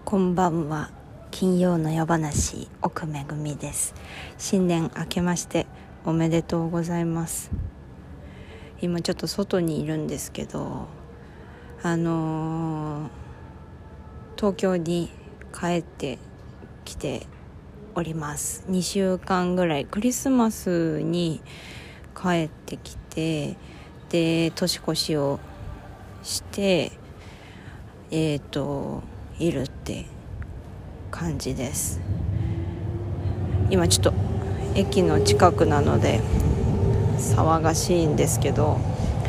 こんばんは。金曜の夜話奥めぐみです。新年明けましておめでとうございます。今ちょっと外にいるんですけど、東京に帰ってきております。2週間ぐらいクリスマスに帰ってきて、で年越しをしているって感じです。今ちょっと駅の近くなので騒がしいんですけど、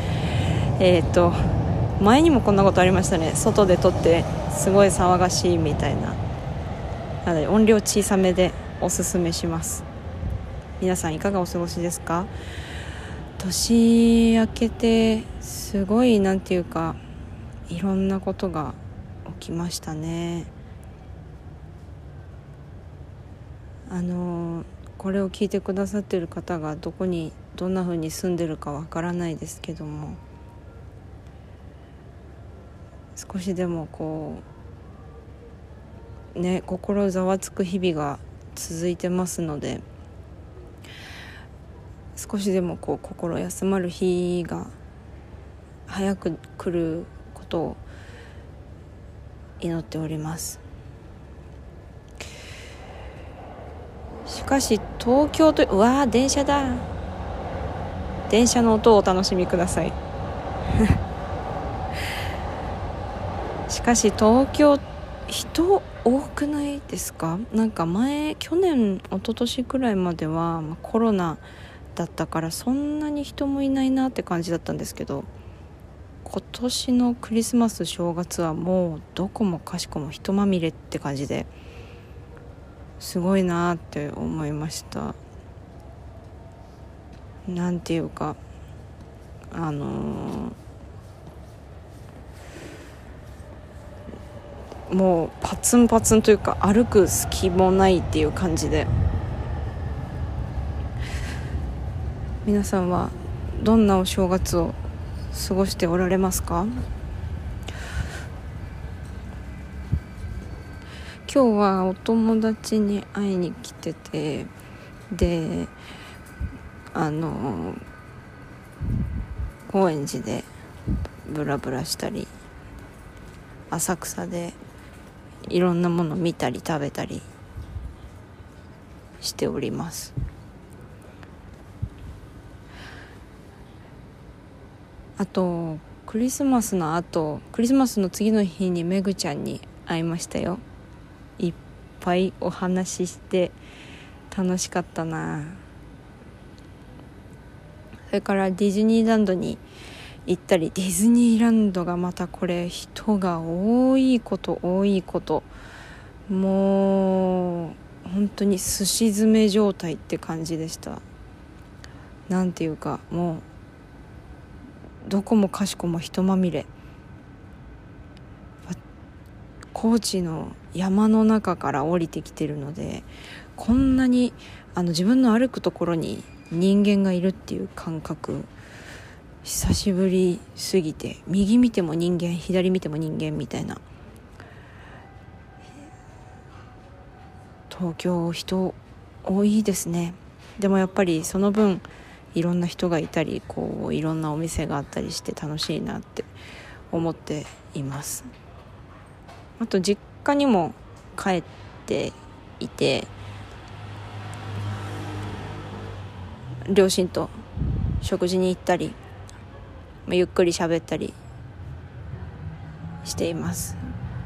前にもこんなことありましたね。外で撮ってすごい騒がしいみたいな。なので音量小さめでおすすめします。皆さんいかがお過ごしですか？年明けてすごいなんていうか、いろんなことが起きましたね。これを聞いてくださっている方がどんな風に住んでるかわからないですけども、少しでも心ざわつく日々が続いてますので、少しでも心休まる日が早く来ることを祈っております。しかし東京と電車だ。電車の音をお楽しみくださいしかし東京人多くないですか？なんか去年一昨年くらいまでは、コロナだったからそんなに人もいないなって感じだったんですけど、今年のクリスマス正月はもうどこもかしこも人まみれって感じですごいなって思いました。なんていうかもうパツンパツンというか、歩く隙もないっていう感じで、皆さんはどんなお正月を過ごしておられますか？今日はお友達に会いに来てて、で高円寺でブラブラしたり、浅草でいろんなもの見たり食べたりしております。あとクリスマスの次の日にめぐちゃんに会いましたよ。いっぱいお話しして楽しかったな。それからディズニーランドに行ったり、ディズニーランドがまたこれ人が多いこともう本当にすし詰め状態って感じでした。なんていうか、もうどこもかしこも人まみれ。高知の山の中から降りてきてるので、こんなに自分の歩くところに人間がいるっていう感覚久しぶりすぎて、右見ても人間、左見ても人間みたいな。東京人多いですね。でもやっぱりその分いろんな人がいたり、いろんなお店があったりして楽しいなって思っています。あと実家にも帰っていて、両親と食事に行ったり、ゆっくり喋ったりしています。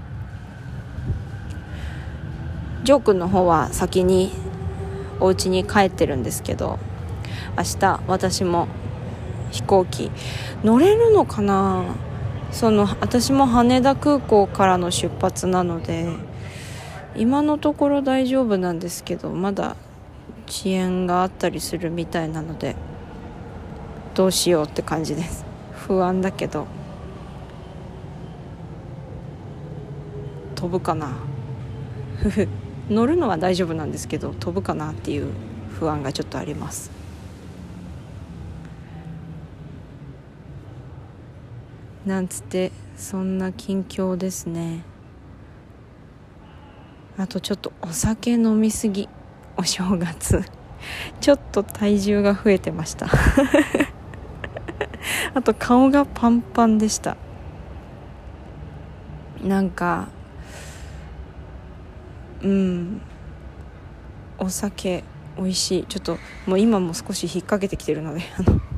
ジョー君の方は先にお家に帰ってるんですけど、明日私も飛行機乗れるのかな。私も羽田空港からの出発なので今のところ大丈夫なんですけど、まだ遅延があったりするみたいなのでどうしようって感じです。不安だけど飛ぶかな乗るのは大丈夫なんですけど、飛ぶかなっていう不安がちょっとあります。なんつってそんな近況ですね。 あとちょっとお酒飲みすぎ、お正月ちょっと体重が増えてましたあと顔がパンパンでした。なんかお酒美味しい。ちょっともう今も少し引っ掛けてきてるので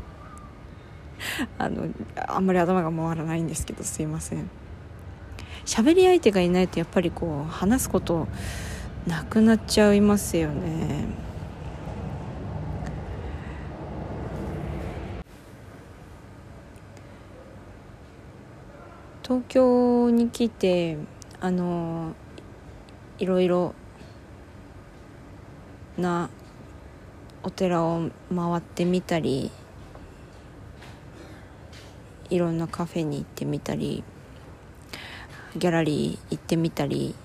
あんまり頭が回らないんですけど、すいません。喋り相手がいないとやっぱりこう話すことなくなっちゃいますよね。東京に来ていろいろなお寺を回ってみたり、いろんなカフェに行ってみたり、ギャラリー行ってみたり、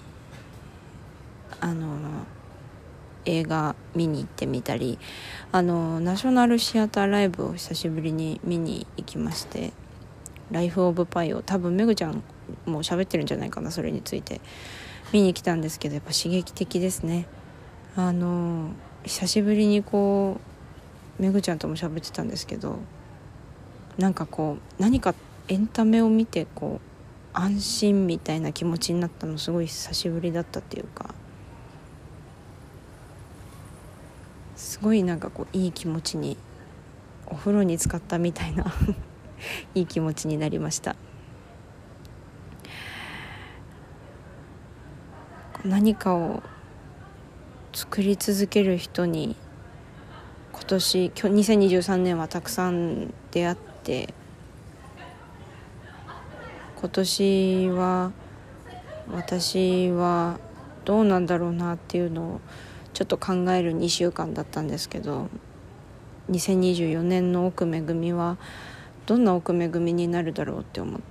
映画見に行ってみたり、ナショナルシアターライブを久しぶりに見に行きまして、ライフオブパイを多分めぐちゃんも喋ってるんじゃないかな、それについて見に来たんですけど、やっぱ刺激的ですね。久しぶりにこうめぐちゃんとも喋ってたんですけど、なんかこう何かエンタメを見てこう安心みたいな気持ちになったのすごい久しぶりだったっていうか、すごいなんかこういい気持ちに、お風呂に浸かったみたいないい気持ちになりました。何かを作り続ける人に2023年はたくさん出会って、今年は私はどうなんだろうなっていうのをちょっと考える2週間だったんですけど、2024年の奥めぐみはどんな奥めぐみになるだろうって思って、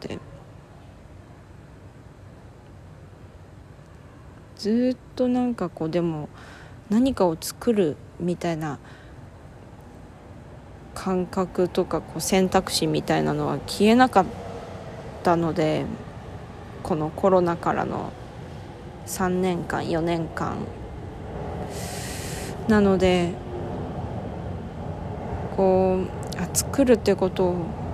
ずっとなんかこうでも何かを作るみたいな感覚とかこう選択肢みたいなのは消えなかったので、このコロナからの3年間4年間なので、こう作るってこと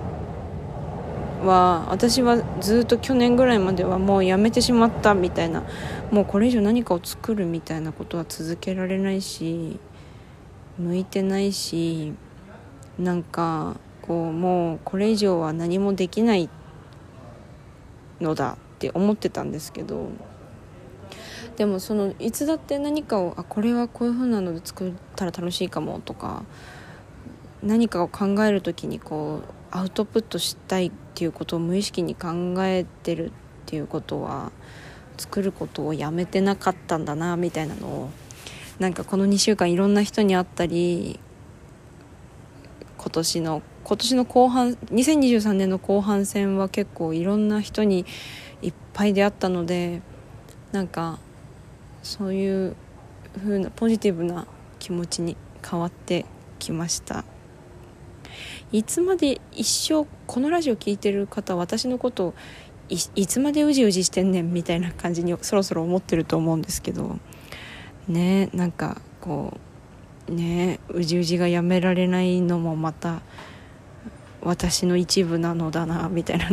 は私はずっと去年ぐらいまではもうやめてしまったみたいな、もうこれ以上何かを作るみたいなことは続けられないし向いてないし、なんかこうもうこれ以上は何もできないのだって思ってたんですけど、でもそのいつだって何かをこれはこういう風なので作ったら楽しいかもとか、何かを考えるときにこうアウトプットしたいっていうことを無意識に考えてるっていうことは、作ることをやめてなかったんだなみたいなのを、なんかこの2週間いろんな人に会ったり、今年の後半2023年の後半戦は結構いろんな人にいっぱい出会ったので、なんかそういう風なポジティブな気持ちに変わってきました。いつまで一生このラジオ聞いてる方は私のことをいつまでうじうじしてんねんみたいな感じにそろそろ思ってると思うんですけどね。なんかこうね、うじうじがやめられないのもまた私の一部なのだなみたいな、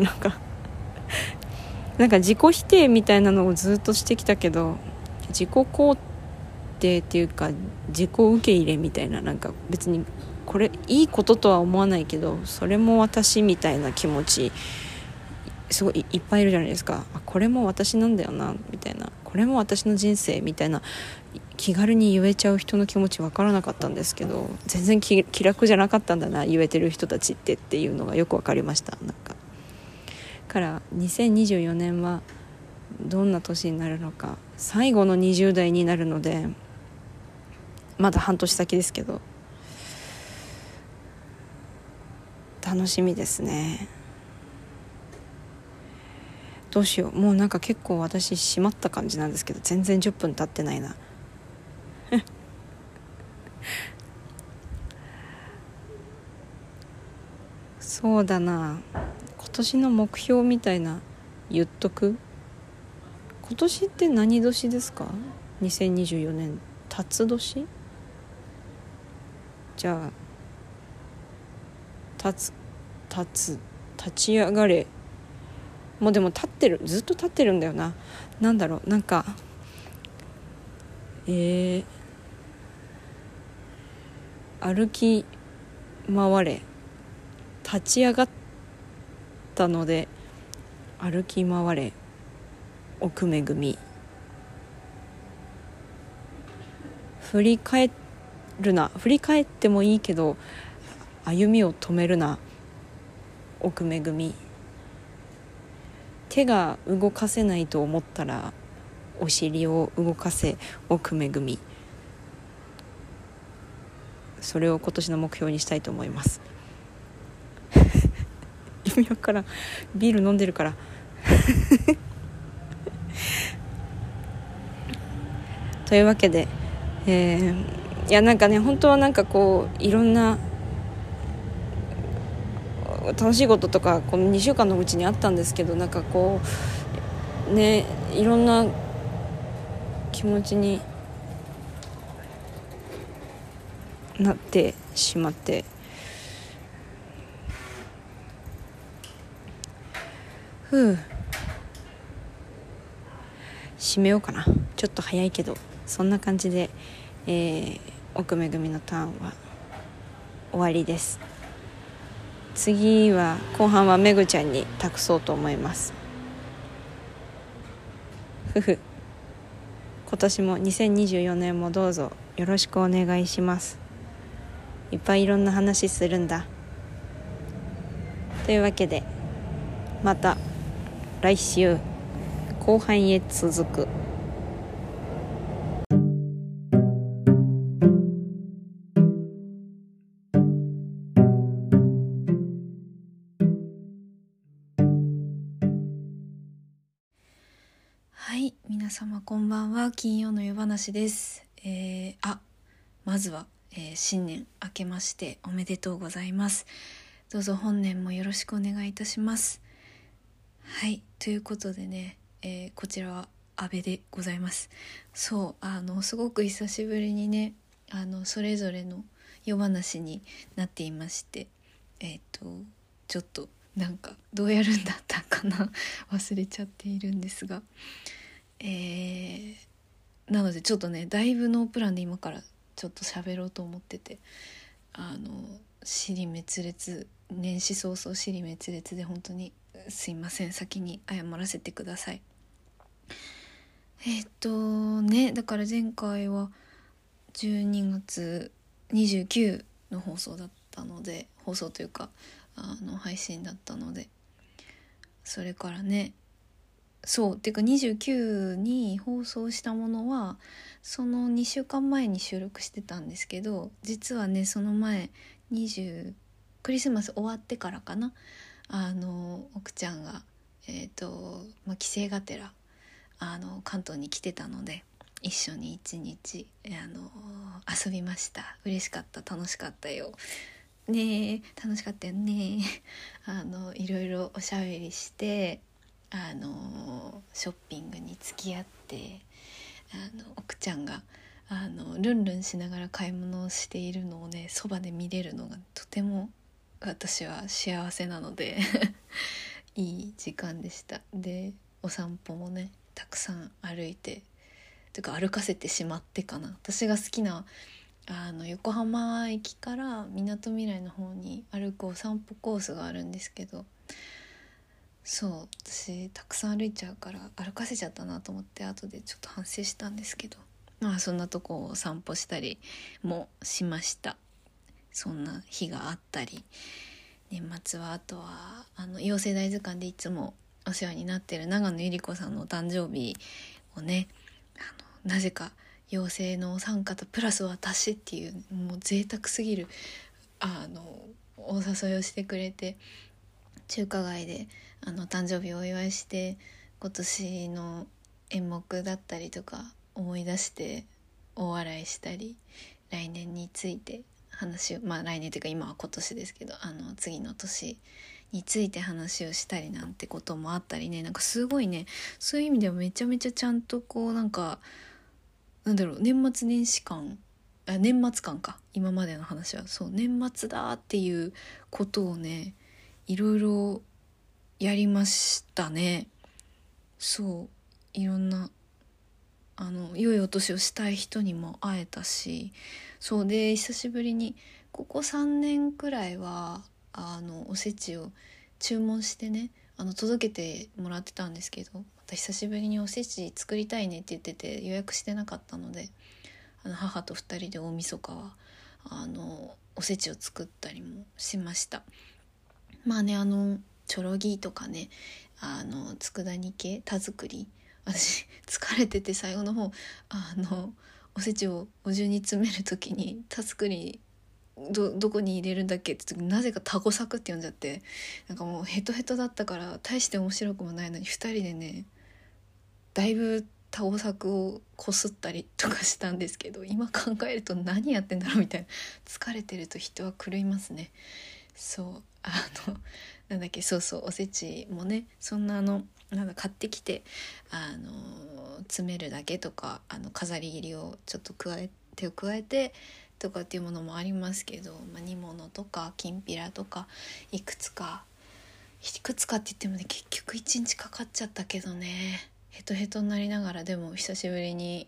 なんか自己否定みたいなのをずっとしてきたけど、自己肯定っていうか自己受け入れみたいな、なんか別にこれいいこととは思わないけど、それも私みたいな気持ちすごいいっぱいいるじゃないですか。これも私なんだよなみたいな、これも私の人生みたいな、気軽に言えちゃう人の気持ち分からなかったんですけど、全然気楽じゃなかったんだな、言えてる人たちっていうのがよく分かりました。なんかから2024年はどんな年になるのか、最後の20代になるのでまだ半年先ですけど楽しみですね。どうしよう、もうなんか結構私閉まった感じなんですけど、全然10分経ってないなそうだな、今年の目標みたいな言っとく。今年って何年ですか？ 2024年辰年じゃあ立ち上がれ。もうでもずっと立ってるんだよな。なんだろう、なんか歩き回れ、立ち上がったので歩き回れ奥めぐみ、振り返ってもいいけど歩みを止めるな奥めぐみ、手が動かせないと思ったらお尻を動かせ奥めぐみ。それを今年の目標にしたいと思います。意味わからん、ビール飲んでるからというわけで、いやなんかね、本当はなんかこういろんな楽しいこととかこの2週間のうちにあったんですけど、なんかこうね、いろんな気持ちになってしまって、締めようかな。ちょっと早いけどそんな感じで、奥めぐみのターンは終わりです。次は後半はめぐちゃんに託そうと思います。今年も2024年もどうぞよろしくお願いします。いっぱいいろんな話するんだ。というわけでまた来週後半へ続く。 はい、皆様こんばんは。金曜の夜話です。まずは、新年明けましておめでとうございます。どうぞ本年もよろしくお願いいたします。はい、ということでね、こちらは阿部でございます。そう、すごく久しぶりにね、それぞれの夜話になっていまして、ちょっとなんかどうやるんだったかな忘れちゃっているんですが、なのでちょっとね、だいぶノープランで今からちょっと喋ろうと思ってて、尻滅裂、年始早々尻滅裂で本当にすいません。先に謝らせてください。だから前回は12月29の放送だったので、放送というか配信だったので、それからね、そうてか29に放送したものはその2週間前に収録してたんですけど、実はねその前クリスマス終わってからかな、奥ちゃんが帰省がてら関東に来てたので一緒に一日遊びました。嬉しかった、楽しかったよね、楽しかったよねいろいろおしゃべりしてショッピングに付き合って、奥ちゃんがルンルンしながら買い物をしているのをね、そばで見れるのがとても私は幸せなのでいい時間でした。でお散歩もねたくさん歩いて、というか歩かせてしまってかな。私が好きな横浜駅からみなとみらいの方に歩くお散歩コースがあるんですけど、そう私たくさん歩いちゃうから歩かせちゃったなと思って後でちょっと反省したんですけど、そんなとこを散歩したりもしました。そんな日があったり、年末はあとは妖精大図鑑でいつもお世話になっている長野ゆり子さんのお誕生日をね、なぜか妖精のお三方プラス私っていうもう贅沢すぎるお誘いをしてくれて、中華街で誕生日をお祝いして、今年の演目だったりとか思い出して大笑いしたり、来年について話を、来年というか今は今年ですけど次の年について話をしたりなんてこともあったりね、なんかすごいね、そういう意味ではめちゃめちゃちゃんとこうなんかなんだろう、年末年始感、年末感か、今までの話は。そう、年末だっていうことをね、いろいろやりましたね。そう、いろんな良いお年をしたい人にも会えたし、そうで久しぶりにここ3年くらいはおせちを注文してね、届けてもらってたんですけど、また久しぶりにおせち作りたいねって言ってて予約してなかったので、母と2人で大晦日はおせちを作ったりもしました。まあね、チョロギとかね、佃煮系田作り、私疲れてて最後の方おせちをお重に詰める時に田作りどこに入れるんだっけってなぜかタコ作って呼んじゃって、なんかもうヘトヘトだったから大して面白くもないのに2人でねだいぶタコ作をこすったりとかしたんですけど、今考えると何やってんだろうみたいな。疲れてると人は狂いますね。そうなんだっけ、そうそう、おせちもね、そんななんだ買ってきて詰めるだけとか飾り切りをちょっと加えてとかっていうものもありますけど、煮物とかきんぴらとかいくつかって言ってもね、結局1日かかっちゃったけどね、ヘトヘトになりながら、でも久しぶりに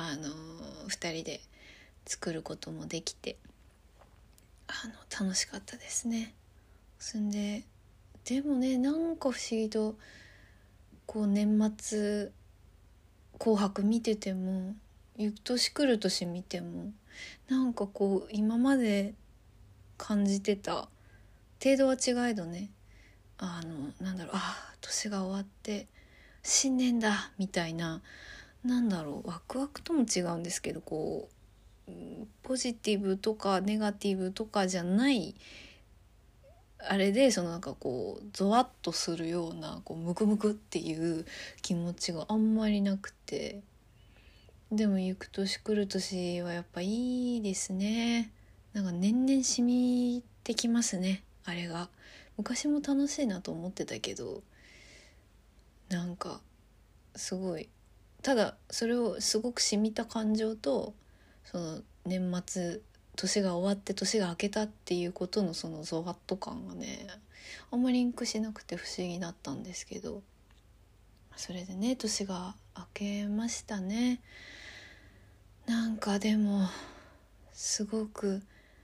2人で作ることもできて楽しかったですね。そんででもね、なんか不思議とこう年末紅白見てても、ゆく年来る年見ても、なんかこう今まで感じてた程度は違えどね、なんだろう、年が終わって新年だみたいな、なんだろう、ワクワクとも違うんですけど、こうポジティブとかネガティブとかじゃないあれで、なんかこうゾワッとするようなこうムクムクっていう気持ちがあんまりなくて、でも行く年来る年はやっぱいいですね。なんか年々染みてきますね、あれが。昔も楽しいなと思ってたけど、なんかすごい、ただそれをすごく染みた感情と、その年末年が終わって年が明けたっていうことのそのゾワッと感がね、あんまりリンクしなくて不思議だったんですけど、それでね年が明けましたね。なんかでもすごく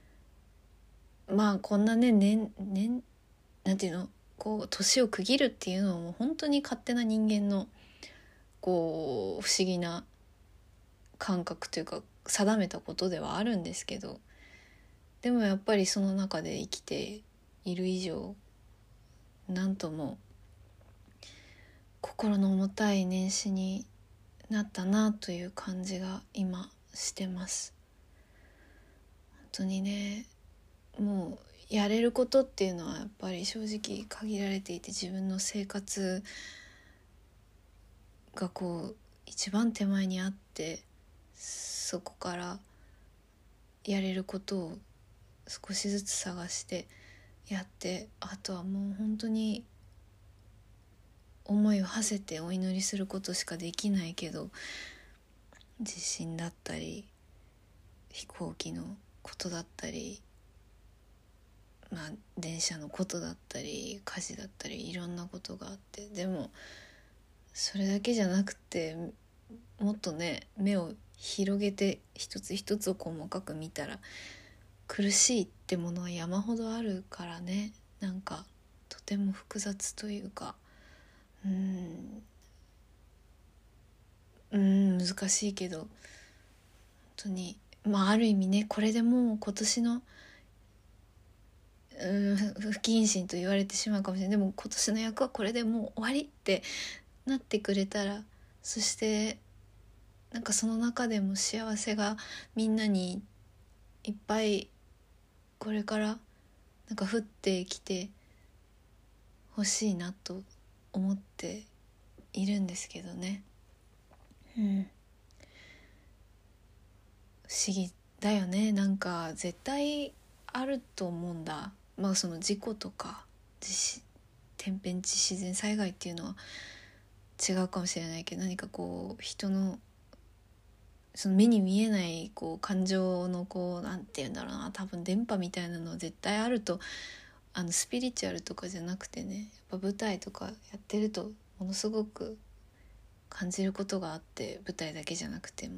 こんなねなんていうの、こう年を区切るっていうのも本当に勝手な人間のこう不思議な感覚というか定めたことではあるんですけど、でもやっぱりその中で生きている以上、なんとも心の重たい年始になったなという感じが今してます。本当にね、もうやれることっていうのはやっぱり正直限られていて、自分の生活がこう一番手前にあって、そこからやれることを少しずつ探してやって、あとはもう本当に思いを馳せてお祈りすることしかできないけど、地震だったり飛行機のことだったり、電車のことだったり火事だったりいろんなことがあって、でもそれだけじゃなくて、もっとね目を広げて一つ一つを細かく見たら、苦しいってものは山ほどあるからね。なんかとても複雑というか、難しいけど、本当にある意味ね、これでもう今年の不謹慎と言われてしまうかもしれない。でも今年の役はこれでもう終わりってなってくれたら、そしてなんかその中でも幸せがみんなにいっぱいこれからなんか降ってきてほしいなと思っているんですけどね。不思議だよね。なんか絶対あると思うんだ。その事故とか天変地自然災害っていうのは違うかもしれないけど、何かこう人のその目に見えないこう感情のこうなんて言うんだろうな、多分電波みたいなのは絶対あると、スピリチュアルとかじゃなくてね、やっぱ舞台とかやってるとものすごく感じることがあって、舞台だけじゃなくても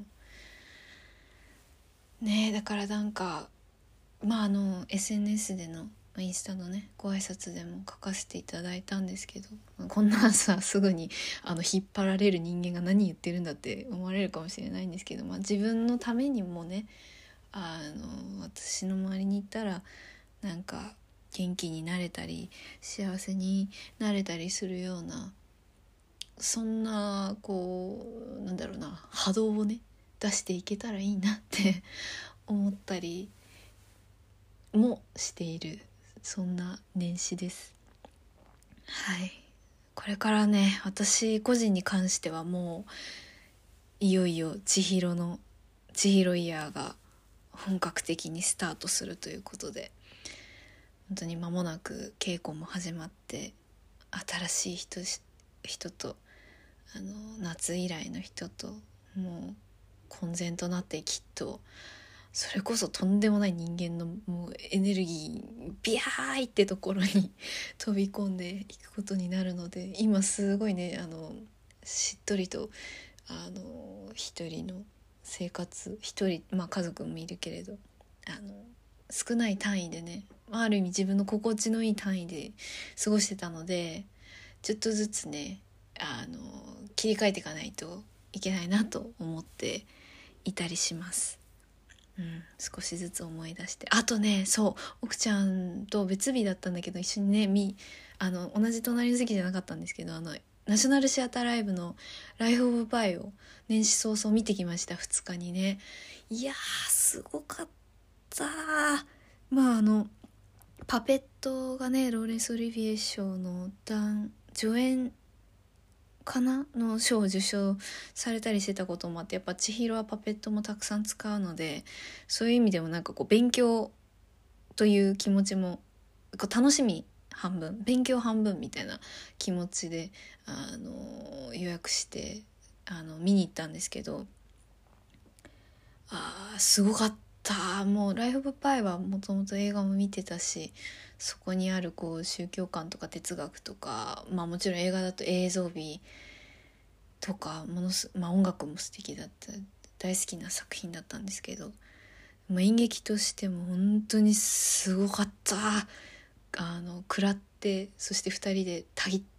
ね。だからなんかSNS でのインスタのねご挨拶でも書かせていただいたんですけど、こんなさすぐに引っ張られる人間が何言ってるんだって思われるかもしれないんですけど、自分のためにもね、私の周りにいたらなんか元気になれたり幸せになれたりするような、そんなこうなんだろうな、波動をね出していけたらいいなって思ったりもしている、そんな年始です。はい、これからね、私個人に関してはもういよいよ千尋イヤーが本格的にスタートするということで、本当に間もなく稽古も始まって、新しい人と夏以来の人ともう混然となって、きっとそれこそとんでもない人間のもうエネルギービヤーイってところに飛び込んでいくことになるので、今すごいねしっとりと一人の生活、一人家族もいるけれど少ない単位でね、ある意味自分の心地のいい単位で過ごしてたので、ちょっとずつね切り替えていかないといけないなと思っていたりします。少しずつ思い出して、あとね、そう奥ちゃんと別日だったんだけど、一緒にね同じ隣の席じゃなかったんですけど、ナショナルシアターライブのライフオブパイを年始早々見てきました。2日にね、いやーすごかった。パペットがねローレンス・オリビエ賞の助演かなの賞を受賞されたりしてたこともあって、やっぱ千尋はパペットもたくさん使うので、そういう意味でもなんかこう勉強という気持ちもこう楽しみ半分勉強半分みたいな気持ちで予約して見に行ったんですけど、すごかった。もうライフ・オブ・パイはもともと映画も見てたし、そこにあるこう宗教観とか哲学とか、もちろん映画だと映像美とか音楽も素敵だった、大好きな作品だったんですけど、演劇としても本当にすごかった。食らって、そして2人でたぎ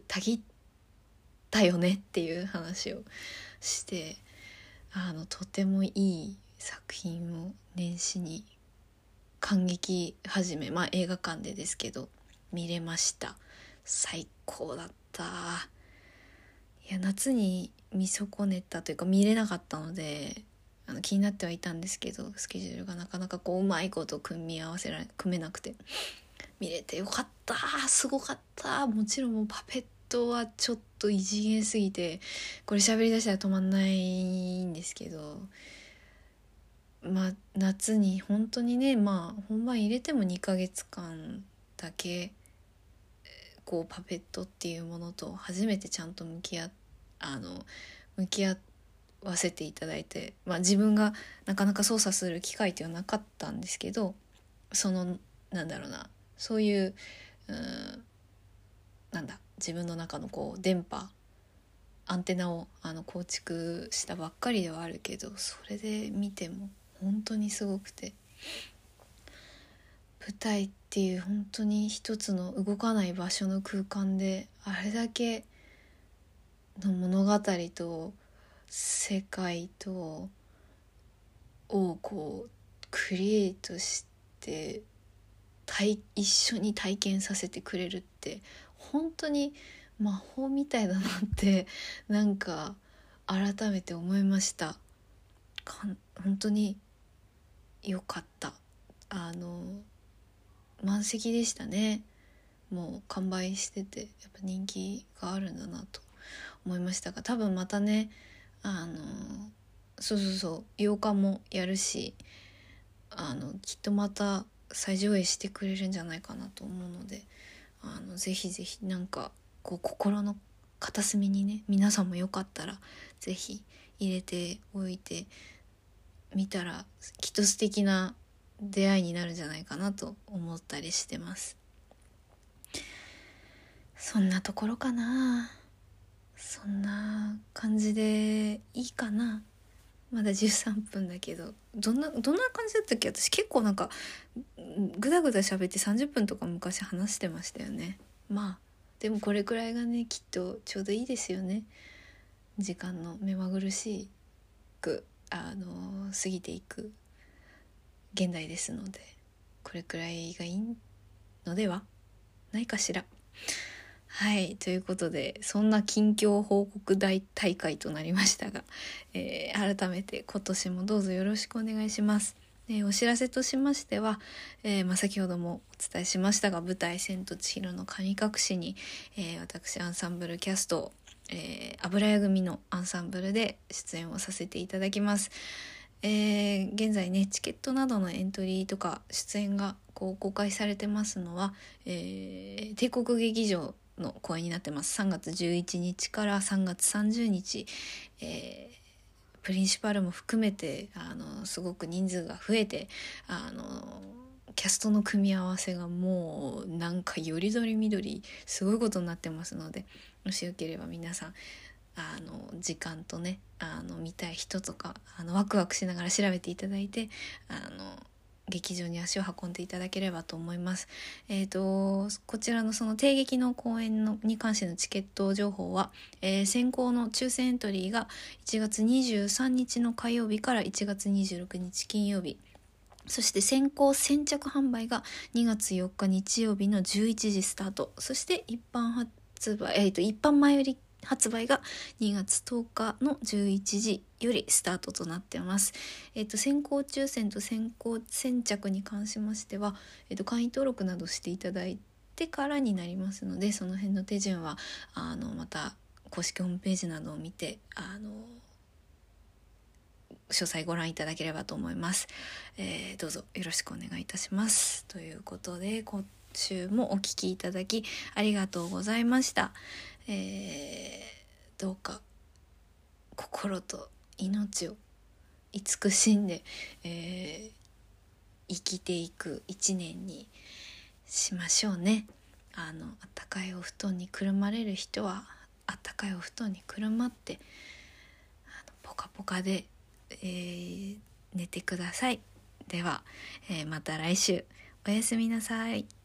ったよねっていう話をして、とてもいい作品を年始に観劇始め、映画館でですけど見れました。最高だった。いや夏に見損ねたというか見れなかったので気になってはいたんですけど、スケジュールがなかなかこううまいこと組めなくて、見れてよかった。すごかった。もちろんもうパペットはちょっと異次元すぎて、これ喋り出したら止まんないんですけど、夏に本当にね、本番入れても2ヶ月間だけこうパペットっていうものと初めてちゃんと向き合わせていただいて、自分がなかなか操作する機会っていうのはなかったんですけど、そういう自分の中のこう電波アンテナを構築したばっかりではあるけど、それで見ても本当にすごくて、舞台っていう本当に一つの動かない場所の空間であれだけの物語と世界とをこうクリエイトして一緒に体験させてくれるって本当に魔法みたいだなってなんか改めて思いました。本当に良かった。満席でしたね。もう完売しててやっぱ人気があるんだなと思いましたが、多分またねそう8日もやるしきっとまた再上映してくれるんじゃないかなと思うので、ぜひぜひなんかこう心の片隅にね、皆さんもよかったらぜひ入れておいてみたらきっと素敵な出会いになるんじゃないかなと思ったりしてます。そんなところかな。そんな感じでいいかな。まだ13分だけど、どんな感じだったっけ。私結構なんかぐだぐだ喋って30分とか昔話してましたよね。まあでもこれくらいがねきっとちょうどいいですよね。時間の目まぐるしく過ぎていく現代ですので、これくらいがいいのではないかしら。はい、ということでそんな近況報告大大会となりましたが、改めて今年もどうぞよろしくお願いします。お知らせとしましては、先ほどもお伝えしましたが、舞台千と千尋の神隠しに、私アンサンブルキャスト、油屋組のアンサンブルで出演をさせていただきます。現在ねチケットなどのエントリーとか出演が公開されてますのは、帝国劇場の公演になってます。3月11日から3月30日、プリンシパルも含めてすごく人数が増えてキャストの組み合わせがもうなんかよりどりみどりすごいことになってますので、もしよければ皆さん時間とね見たい人とかワクワクしながら調べていただいて劇場に足を運んでいただければと思います。こちらのその帝劇の公演に関してのチケット情報は、先行の抽選エントリーが1月23日の火曜日から1月26日金曜日、そして先行先着販売が2月4日日曜日の11時スタート、そして一般前売り発売が2月10日の11時よりスタートとなっています。先行抽選と先行先着に関しましては、会員登録などしていただいてからになりますので、その辺の手順はまた公式ホームページなどを見て詳細ご覧いただければと思います。どうぞよろしくお願いいたします。ということで今週もお聞きいただきありがとうございました。どうか心と命を慈しんで、生きていく一年にしましょうね。あったかいお布団にくるまれる人はあったかいお布団にくるまってポカポカで、寝てください。では、また来週おやすみなさい。